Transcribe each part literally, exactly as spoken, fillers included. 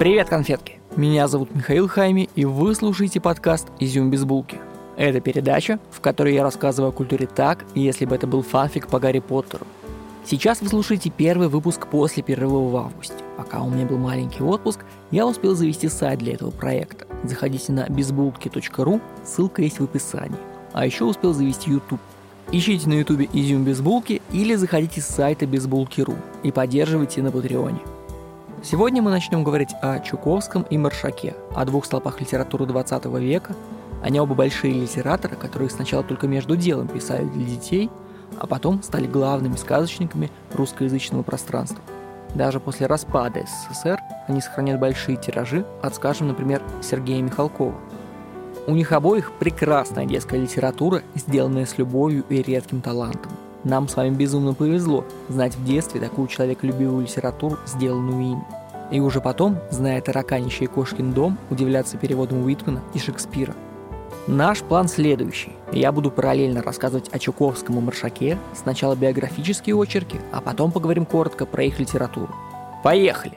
Привет, конфетки! Меня зовут Михаил Хайми, и вы слушаете подкаст «Изюм без булки». Это передача, в которой я рассказываю о культуре так, если бы это был фанфик по Гарри Поттеру. Сейчас вы слушаете первый выпуск после перерыва в августе. Пока у меня был маленький отпуск, я успел завести сайт для этого проекта. Заходите на безбулки точка ру, ссылка есть в описании. А еще успел завести YouTube. Ищите на YouTube «Изюм без булки» или заходите с сайта безбулки точка ру и поддерживайте на Патреоне. Сегодня мы начнем говорить о Чуковском и Маршаке, о двух столпах литературы двадцатого века. Они оба большие литераторы, которые сначала только между делом писали для детей, а потом стали главными сказочниками русскоязычного пространства. Даже после распада СССР они сохраняют большие тиражи от, скажем, например, Сергея Михалкова. У них обоих прекрасная детская литература, сделанная с любовью и редким талантом. Нам с вами безумно повезло знать в детстве такую человеколюбивую литературу, сделанную им. И уже потом, зная «Тараканище» и «Кошкин дом», удивляться переводам Уитмена и Шекспира. Наш план следующий. Я буду параллельно рассказывать о Чуковском и Маршаке, сначала биографические очерки, а потом поговорим коротко про их литературу. Поехали!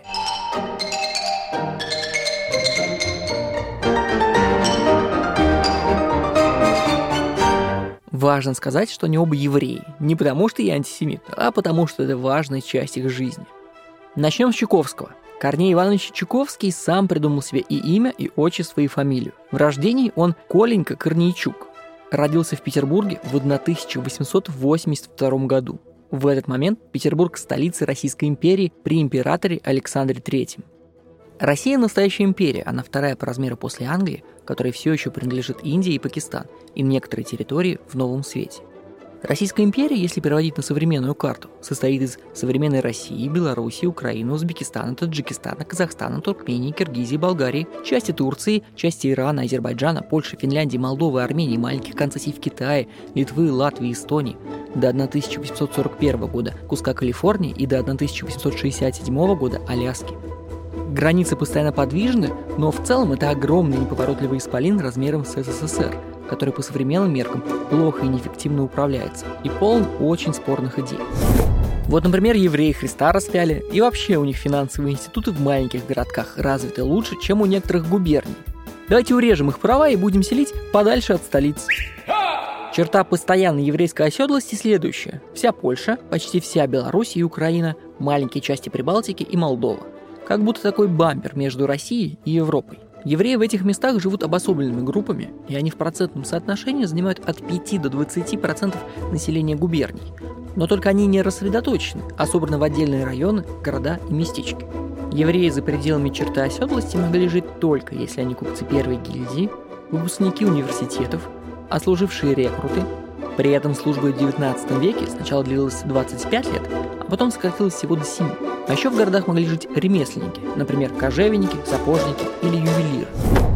Важно сказать, что они оба евреи. Не потому, что я антисемит, а потому, что это важная часть их жизни. Начнем с Чуковского. Корней Иванович Чуковский сам придумал себе и имя, и отчество, и фамилию. В рождении он Коленька Корнейчук. Родился в Петербурге в тысяча восемьсот восемьдесят втором году. В этот момент Петербург – столица Российской империи при императоре Александре Третьем. Россия – настоящая империя, она вторая по размеру после Англии, которой все еще принадлежит Индия и Пакистан, и некоторые территории в Новом Свете. Российская империя, если переводить на современную карту, состоит из современной России, Белоруссии, Украины, Узбекистана, Таджикистана, Казахстана, Туркмении, Киргизии, Болгарии, части Турции, части Ирана, Азербайджана, Польши, Финляндии, Молдовы, Армении, маленьких концессий в Китае, Литвы, Латвии, Эстонии, до тысяча восемьсот сорок первого года куска Калифорнии и до тысяча восемьсот шестьдесят седьмого года Аляски. Границы постоянно подвижны, но в целом это огромный неповоротливый исполин размером с СССР, который по современным меркам плохо и неэффективно управляется и полон очень спорных идей. Вот, например, евреи Христа распяли, и вообще у них финансовые институты в маленьких городках развиты лучше, чем у некоторых губерний. Давайте урежем их права и будем селить подальше от столицы. Черта постоянной еврейской оседлости следующая. Вся Польша, почти вся Беларусь и Украина, маленькие части Прибалтики и Молдова. Как будто такой бампер между Россией и Европой. Евреи в этих местах живут обособленными группами, и они в процентном соотношении занимают от пяти до двадцати процентов населения губерний. Но только они не рассредоточены, а собраны в отдельные районы, города и местечки. Евреи за пределами черты оседлости могли жить только если они купцы первой гильдии, выпускники университетов, отслужившие рекруты. При этом служба в девятнадцатом веке сначала длилась двадцать пять лет, а потом сократилась всего до семи. А еще в городах могли жить ремесленники, например, кожевенники, сапожники или ювелиры.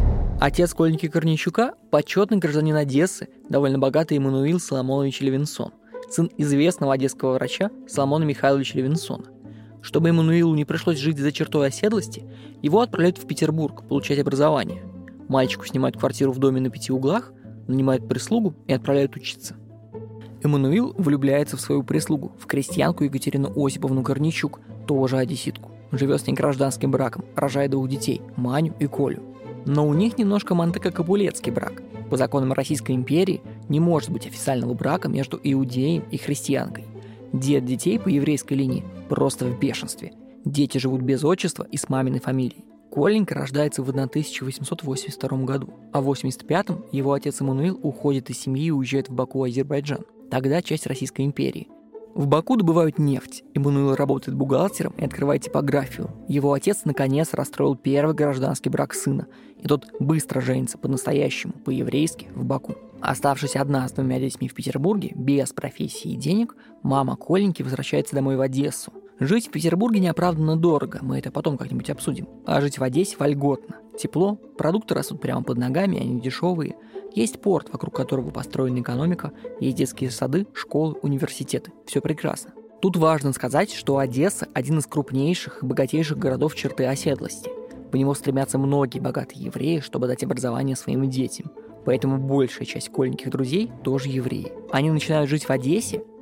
Отец Коленьки Корнейчука – почетный гражданин Одессы, довольно богатый Эммануил Соломонович Левинсон, сын известного одесского врача Соломона Михайловича Левинсона. Чтобы Эммануилу не пришлось жить за чертой оседлости, его отправляют в Петербург получать образование. Мальчику снимают квартиру в доме на пяти углах, нанимают прислугу и отправляют учиться. Эммануил влюбляется в свою прислугу, в крестьянку Екатерину Осиповну Корнейчук, тоже одесситку. Живет с ней гражданским браком, рожает двух детей – Маню и Колю. Но у них немножко Монтеко-Капулетский брак. По законам Российской империи не может быть официального брака между иудеем и христианкой. Дед детей по еврейской линии просто в бешенстве. Дети живут без отчества и с маминой фамилией. Коленька рождается в тысяча восемьсот восемьдесят втором году, а в восемьдесят пятом его отец Эммануил уходит из семьи и уезжает в Баку, Азербайджан. Тогда часть Российской империи. В Баку добывают нефть. Эммануил работает бухгалтером и открывает типографию. Его отец наконец расстроил первый гражданский брак сына, и тот быстро женится по-настоящему, по-еврейски, в Баку. Оставшись одна с двумя детьми в Петербурге, без профессии и денег, мама Коленьки возвращается домой в Одессу. Жить в Петербурге неоправданно дорого, мы это потом как-нибудь обсудим. А жить в Одессе вольготно. Тепло, продукты растут прямо под ногами, они дешевые. Есть порт, вокруг которого построена экономика, есть детские сады, школы, университеты. Все прекрасно. Тут важно сказать, что Одесса – один из крупнейших и богатейших городов черты оседлости. По нему стремятся многие богатые евреи, чтобы дать образование своим детям. Поэтому большая часть Коленьких друзей тоже евреи. Они начинают жить в Одессе,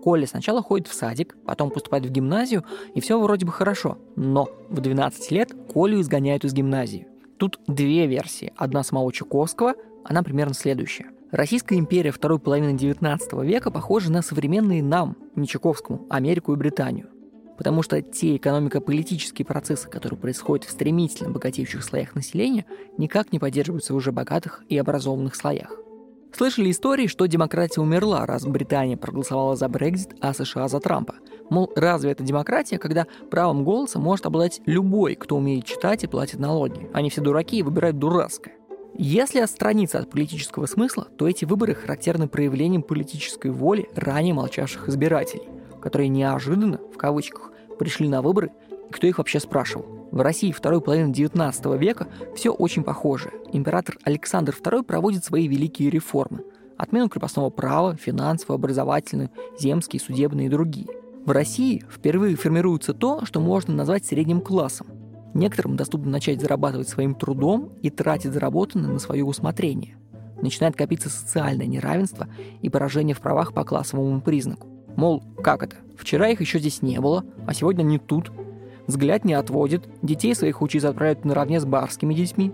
Коля сначала ходит в садик, потом поступает в гимназию, и все вроде бы хорошо. Но в двенадцать лет Колю изгоняют из гимназии. Тут две версии. Одна самого Чуковского, она примерно следующая. Российская империя второй половины девятнадцатого века похожа на современные нам, не Чуковскому, Америку и Британию. Потому что те экономико-политические процессы, которые происходят в стремительно богатеющих слоях населения, никак не поддерживаются в уже богатых и образованных слоях. Слышали истории, что демократия умерла, раз Британия проголосовала за Брексит, а США за Трампа. Мол, разве это демократия, когда правом голоса может обладать любой, кто умеет читать и платит налоги? Они все дураки и выбирают дурацкое. Если отстраниться от политического смысла, то эти выборы характерны проявлением политической воли ранее молчавших избирателей, которые неожиданно, в кавычках, пришли на выборы, и кто их вообще спрашивал. В России второй половины девятнадцатого века все очень похоже. Император Александр второй проводит свои великие реформы. Отмену крепостного права, финансовую, образовательную, земские, судебные и другие. В России впервые формируется то, что можно назвать средним классом. Некоторым доступно начать зарабатывать своим трудом и тратить заработанное на свое усмотрение. Начинает копиться социальное неравенство и поражение в правах по классовому признаку. Мол, как это? Вчера их еще здесь не было, а сегодня они тут. Взгляд не отводит, детей своих учиться отправляют наравне с барскими детьми.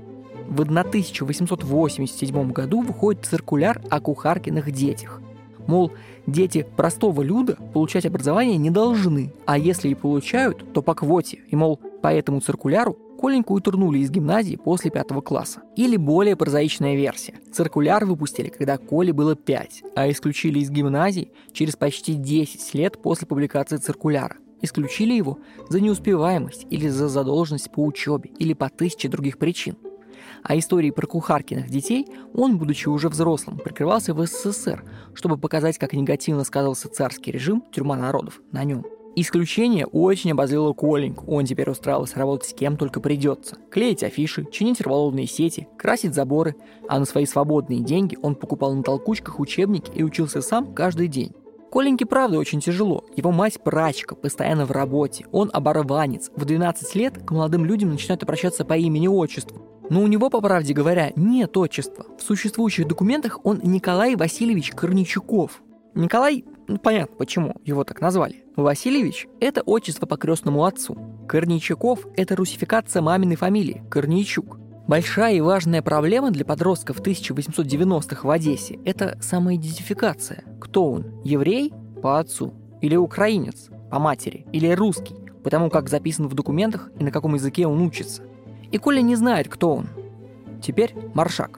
В тысяча восемьсот восемьдесят седьмом году выходит циркуляр о кухаркиных детях. Мол, дети простого люда получать образование не должны, а если и получают, то по квоте. И, мол, по этому циркуляру Коленьку утурнули из гимназии после пятого класса. Или более прозаичная версия. Циркуляр выпустили, когда Коле было пять, а исключили из гимназии через почти десять лет после публикации циркуляра. Исключили его за неуспеваемость или за задолженность по учебе, или по тысяче других причин. А истории про кухаркиных детей он, будучи уже взрослым, прикрывался в СССР, чтобы показать, как негативно сказывался царский режим, тюрьма народов, на нем. Исключение очень обозлило Коленьку. Он теперь устраивался работать с кем только придется. Клеить афиши, чинить рыболовные сети, красить заборы, а на свои свободные деньги он покупал на толкучках учебники и учился сам каждый день. Коленьке правда очень тяжело. Его мать прачка, постоянно в работе. Он оборванец. В двенадцать лет к молодым людям начинают обращаться по имени-отчеству. Но у него, по правде говоря, нет отчества. В существующих документах он Николай Васильевич Корнейчуков. Николай, ну понятно почему его так назвали. Васильевич – это отчество по крестному отцу. Корнейчуков – это русификация маминой фамилии – Корнейчук. Большая и важная проблема для подростков тысяча восемьсот девяностых в Одессе – это самоидентификация. Кто он? Еврей – по отцу. Или украинец – по матери. Или русский – потому как записан в документах и на каком языке он учится. И Коля не знает, кто он. Теперь Маршак.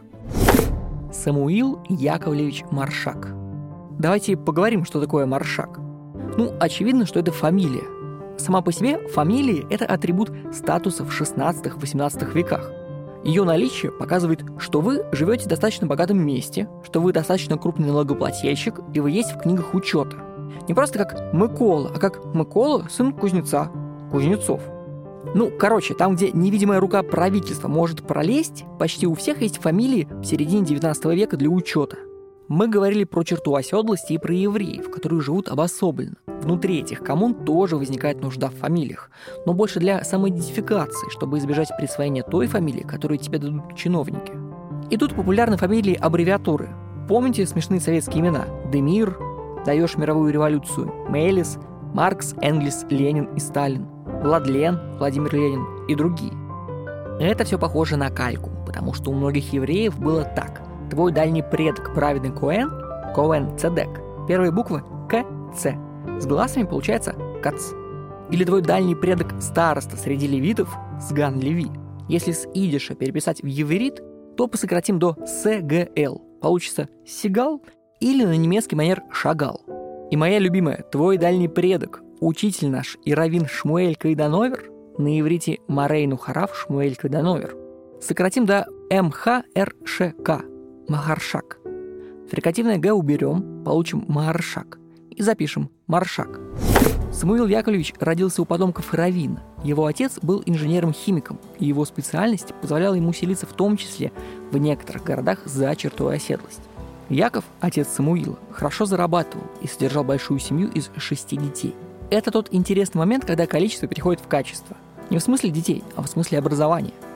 Самуил Яковлевич Маршак. Давайте поговорим, что такое Маршак. Ну, очевидно, что это фамилия. Сама по себе фамилия – это атрибут статуса в шестнадцатом-восемнадцатом веках. Ее наличие показывает, что вы живете в достаточно богатом месте, что вы достаточно крупный налогоплательщик, и вы есть в книгах учета. Не просто как Микола, а как Микола, сын кузнеца, Кузнецов. Ну, короче, там, где невидимая рука правительства может пролезть, почти у всех есть фамилии в середине девятнадцатого века для учета. Мы говорили про черту оседлости и про евреев, которые живут обособленно. Внутри этих коммун тоже возникает нужда в фамилиях, но больше для самоидентификации, чтобы избежать присвоения той фамилии, которую тебе дадут чиновники. И тут популярны фамилии аббревиатуры. Помните смешные советские имена? Демир, даешь мировую революцию, Мелис, Маркс, Энгельс, Ленин и Сталин, Владлен, Владимир Ленин и другие. Это все похоже на кальку, потому что у многих евреев было так. Твой дальний предок, праведный Коэн, Коэн Цедек, первые буквы К, Ц. С гласами получается Кац. Или твой дальний предок староста среди левитов, Сган Леви. Если с идиша переписать в еврит, то посократим до С Г Л. Получится Сигал или на немецкий манер Шагал. И моя любимая, твой дальний предок, учитель наш и раввин Шмуэль Кайдановер, на иврите Морейну Хараф Шмуэль Кайдановер. Сократим до М Х Р Ш К. Махаршак. Фрикативное «г» уберем, получим Махаршак. И запишем Маршак. Самуил Яковлевич родился у потомков раввина. Его отец был инженером-химиком, и его специальность позволяла ему селиться в том числе в некоторых городах за чертой оседлости. Яков, отец Самуила, хорошо зарабатывал и содержал большую семью из шести детей. Это тот интересный момент, когда количество переходит в качество. Не в смысле детей, а в смысле образования.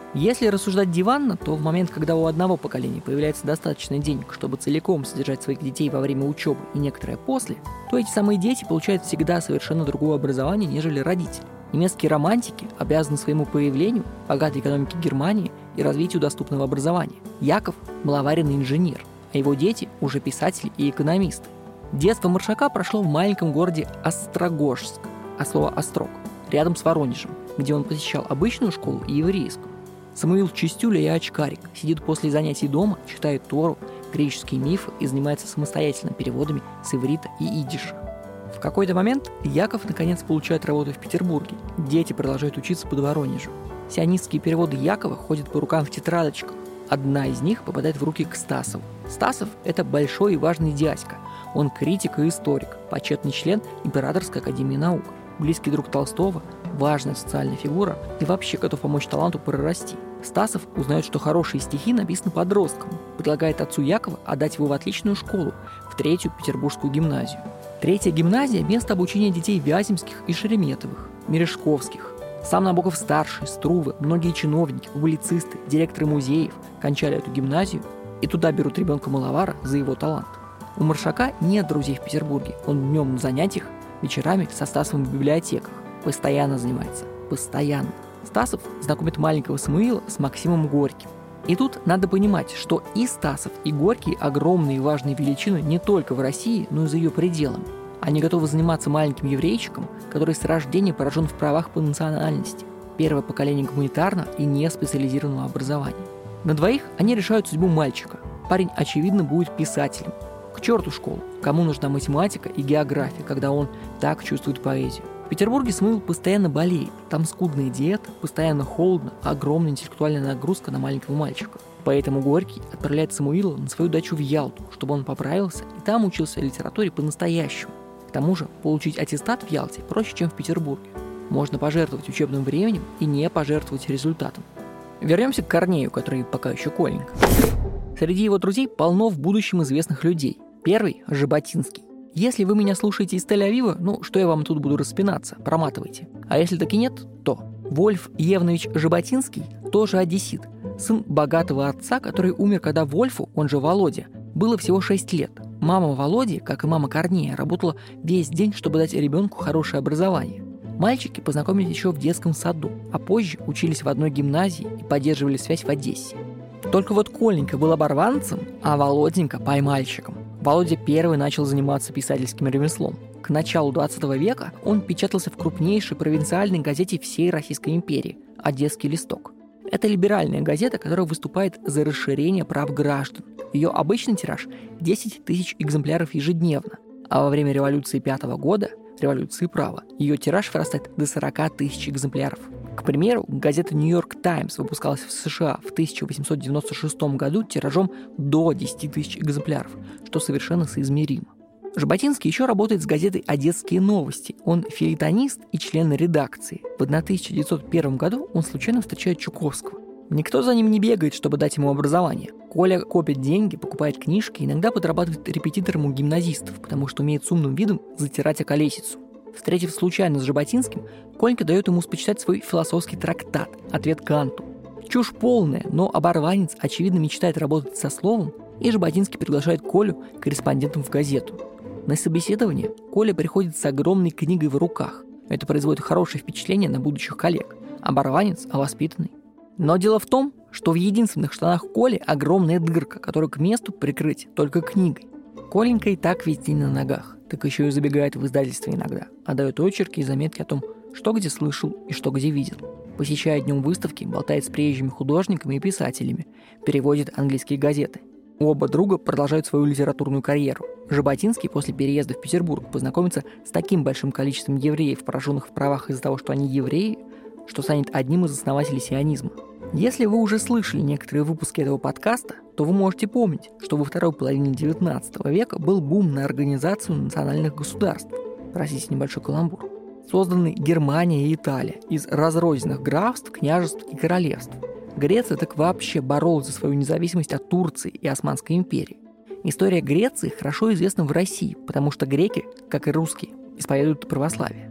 Если рассуждать диванно, то в момент, когда у одного поколения появляется достаточно денег, чтобы целиком содержать своих детей во время учебы и некоторое после, то эти самые дети получают всегда совершенно другое образование, нежели родители. Немецкие романтики обязаны своему появлению, богатой экономике Германии и развитию доступного образования. Яков был аварийный инженер, а его дети уже писатели и экономисты. Детство Маршака прошло в маленьком городе Острогожск, от слова «острог», рядом с Воронежем, где он посещал обычную школу и еврейскую. Самуил Чистюля и очкарик, сидит после занятий дома, читает Тору, греческие мифы и занимается самостоятельно переводами с иврита и идиша. В какой-то момент Яков наконец получает работу в Петербурге. Дети продолжают учиться под Воронежем. Сионистские переводы Якова ходят по рукам в тетрадочках. Одна из них попадает в руки к Стасову. Стасов – это большой и важный дядька. Он критик и историк, почетный член Императорской академии наук, близкий друг Толстого, важная социальная фигура и вообще готов помочь таланту прорасти. Стасов узнает, что хорошие стихи написаны подросткам, предлагает отцу Якова отдать его в отличную школу, в третью петербургскую гимназию. Третья гимназия – место обучения детей Вяземских и Шереметовых, Мережковских. Сам Набоков-старший, Струве, многие чиновники, публицисты, директоры музеев кончали эту гимназию, и туда берут ребенка-маловара за его талант. У Маршака нет друзей в Петербурге, он днем на занятиях, вечерами со Стасовым в библиотеках. Постоянно занимается. Постоянно. Стасов знакомит маленького Самуила с Максимом Горьким. И тут надо понимать, что и Стасов, и Горький огромные и важные величины не только в России, но и за ее пределами. Они готовы заниматься маленьким еврейчиком, который с рождения поражен в правах по национальности. Первое поколение гуманитарного и неспециализированного образования. На двоих они решают судьбу мальчика. Парень, очевидно, будет писателем. К черту школу. Кому нужна математика и география, когда он так чувствует поэзию? В Петербурге Самуил постоянно болеет. Там скудная диета, постоянно холодно, огромная интеллектуальная нагрузка на маленького мальчика. Поэтому Горький отправляет Самуила на свою дачу в Ялту, чтобы он поправился и там учился литературе по-настоящему. К тому же, получить аттестат в Ялте проще, чем в Петербурге. Можно пожертвовать учебным временем и не пожертвовать результатом. Вернемся к Корнею, который пока еще Коленька. Среди его друзей полно в будущем известных людей. Первый – Жаботинский. Если вы меня слушаете из Тель-Авива, ну, что я вам тут буду распинаться, проматывайте. А если таки нет, то Вольф Евнович Жаботинский тоже одессит, сын богатого отца, который умер, когда Вольфу, он же Володя, было всего шесть лет. Мама Володи, как и мама Корнея, работала весь день, чтобы дать ребенку хорошее образование. Мальчики познакомились еще в детском саду, а позже учились в одной гимназии и поддерживали связь в Одессе. Только вот Коленька был оборванцем, а Володенька – поймальчиком. Володя первый начал заниматься писательским ремеслом. К началу двадцатого века он печатался в крупнейшей провинциальной газете всей Российской империи – «Одесский листок». Это либеральная газета, которая выступает за расширение прав граждан. Ее обычный тираж – десять тысяч экземпляров ежедневно, а во время революции пятого года, революции права, ее тираж вырастает до сорок тысяч экземпляров. К примеру, газета «Нью-Йорк Таймс» выпускалась в США в тысяча восемьсот девяносто шестом году тиражом до десяти тысяч экземпляров, что совершенно соизмеримо. Жаботинский еще работает с газетой «Одесские новости». Он фельетонист и член редакции. В тысяча девятьсот первом году он случайно встречает Чуковского. Никто за ним не бегает, чтобы дать ему образование. Коля копит деньги, покупает книжки, иногда подрабатывает репетитором у гимназистов, потому что умеет с умным видом затирать околесицу. Встретив случайно с Жаботинским, Коленька дает ему почитать свой философский трактат «Ответ Канту». Чушь полная, но оборванец, очевидно, мечтает работать со словом, и Жаботинский приглашает Колю корреспондентом в газету. На собеседование Коля приходит с огромной книгой в руках. Это производит хорошее впечатление на будущих коллег. Оборванец, а воспитанный. Но дело в том, что в единственных штанах Коли огромная дырка, которую к месту прикрыть только книгой. Коленька и так весь день на ногах, так еще и забегает в издательство иногда, а дает очерки и заметки о том, что где слышал и что где видел. Посещает днем выставки, болтает с приезжими художниками и писателями, переводит английские газеты. Оба друга продолжают свою литературную карьеру. Жаботинский после переезда в Петербург познакомится с таким большим количеством евреев, пораженных в правах из-за того, что они евреи, что станет одним из основателей сионизма. Если вы уже слышали некоторые выпуски этого подкаста, то вы можете помнить, что во второй половине девятнадцатого века был бум на организацию национальных государств. Простите, небольшой каламбур. Созданы Германия и Италия из разрозненных графств, княжеств и королевств. Греция так вообще боролась за свою независимость от Турции и Османской империи. История Греции хорошо известна в России, потому что греки, как и русские, исповедуют православие.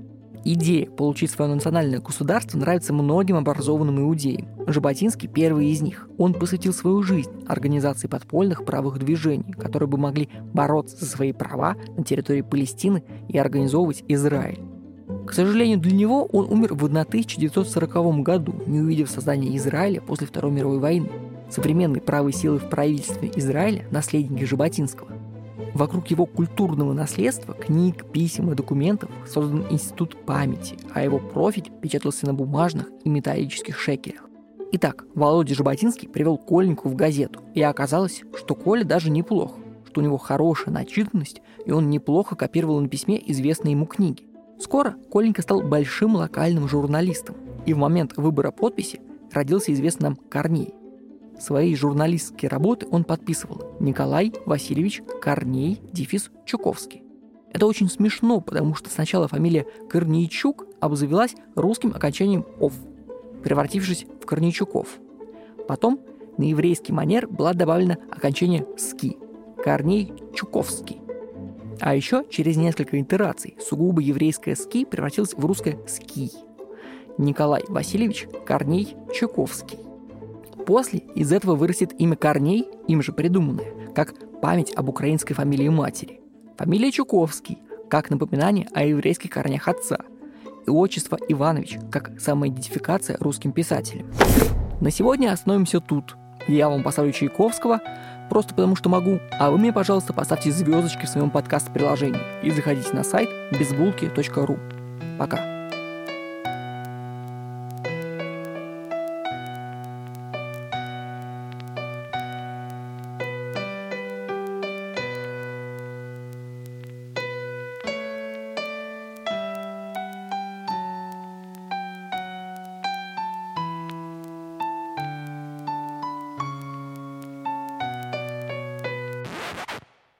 Идея получить свое национальное государство нравится многим образованным иудеям. Жаботинский – первый из них. Он посвятил свою жизнь организации подпольных правых движений, которые бы могли бороться за свои права на территории Палестины и организовывать Израиль. К сожалению, для него он умер в тысяча девятьсот сороковом году, не увидев создания Израиля после Второй мировой войны. Современные правые силы в правительстве Израиля – наследники Жаботинского. Вокруг его культурного наследства, книг, писем и документов создан институт памяти, а его профиль печатался на бумажных и металлических шекелях. Итак, Володя Жаботинский привел Коленьку в газету, и оказалось, что Коля даже неплох, что у него хорошая начитанность, и он неплохо копировал на письме известные ему книги. Скоро Коленька стал большим локальным журналистом, и в момент выбора подписи родился известный нам Корней. Свои журналистские работы он подписывал Николай Васильевич Корней дефис Чуковский. Это очень смешно, потому что сначала фамилия Корнейчук обзавелась русским окончанием «ов», превратившись в Корнейчуков. Потом на еврейский манер было добавлено окончание «ски» – Корней Чуковский. А еще через несколько итераций сугубо еврейское «ски» превратилось в русское «ски». Николай Васильевич Корней Чуковский. После из этого вырастет имя Корней, им же придуманное, как память об украинской фамилии матери. Фамилия Чуковский, как напоминание о еврейских корнях отца. И отчество Иванович, как самоидентификация русским писателем. На сегодня остановимся тут. Я вам поставлю Чайковского, просто потому что могу, а вы мне, пожалуйста, поставьте звездочки в своем подкаст-приложении и заходите на сайт безбулки точка ру. Пока.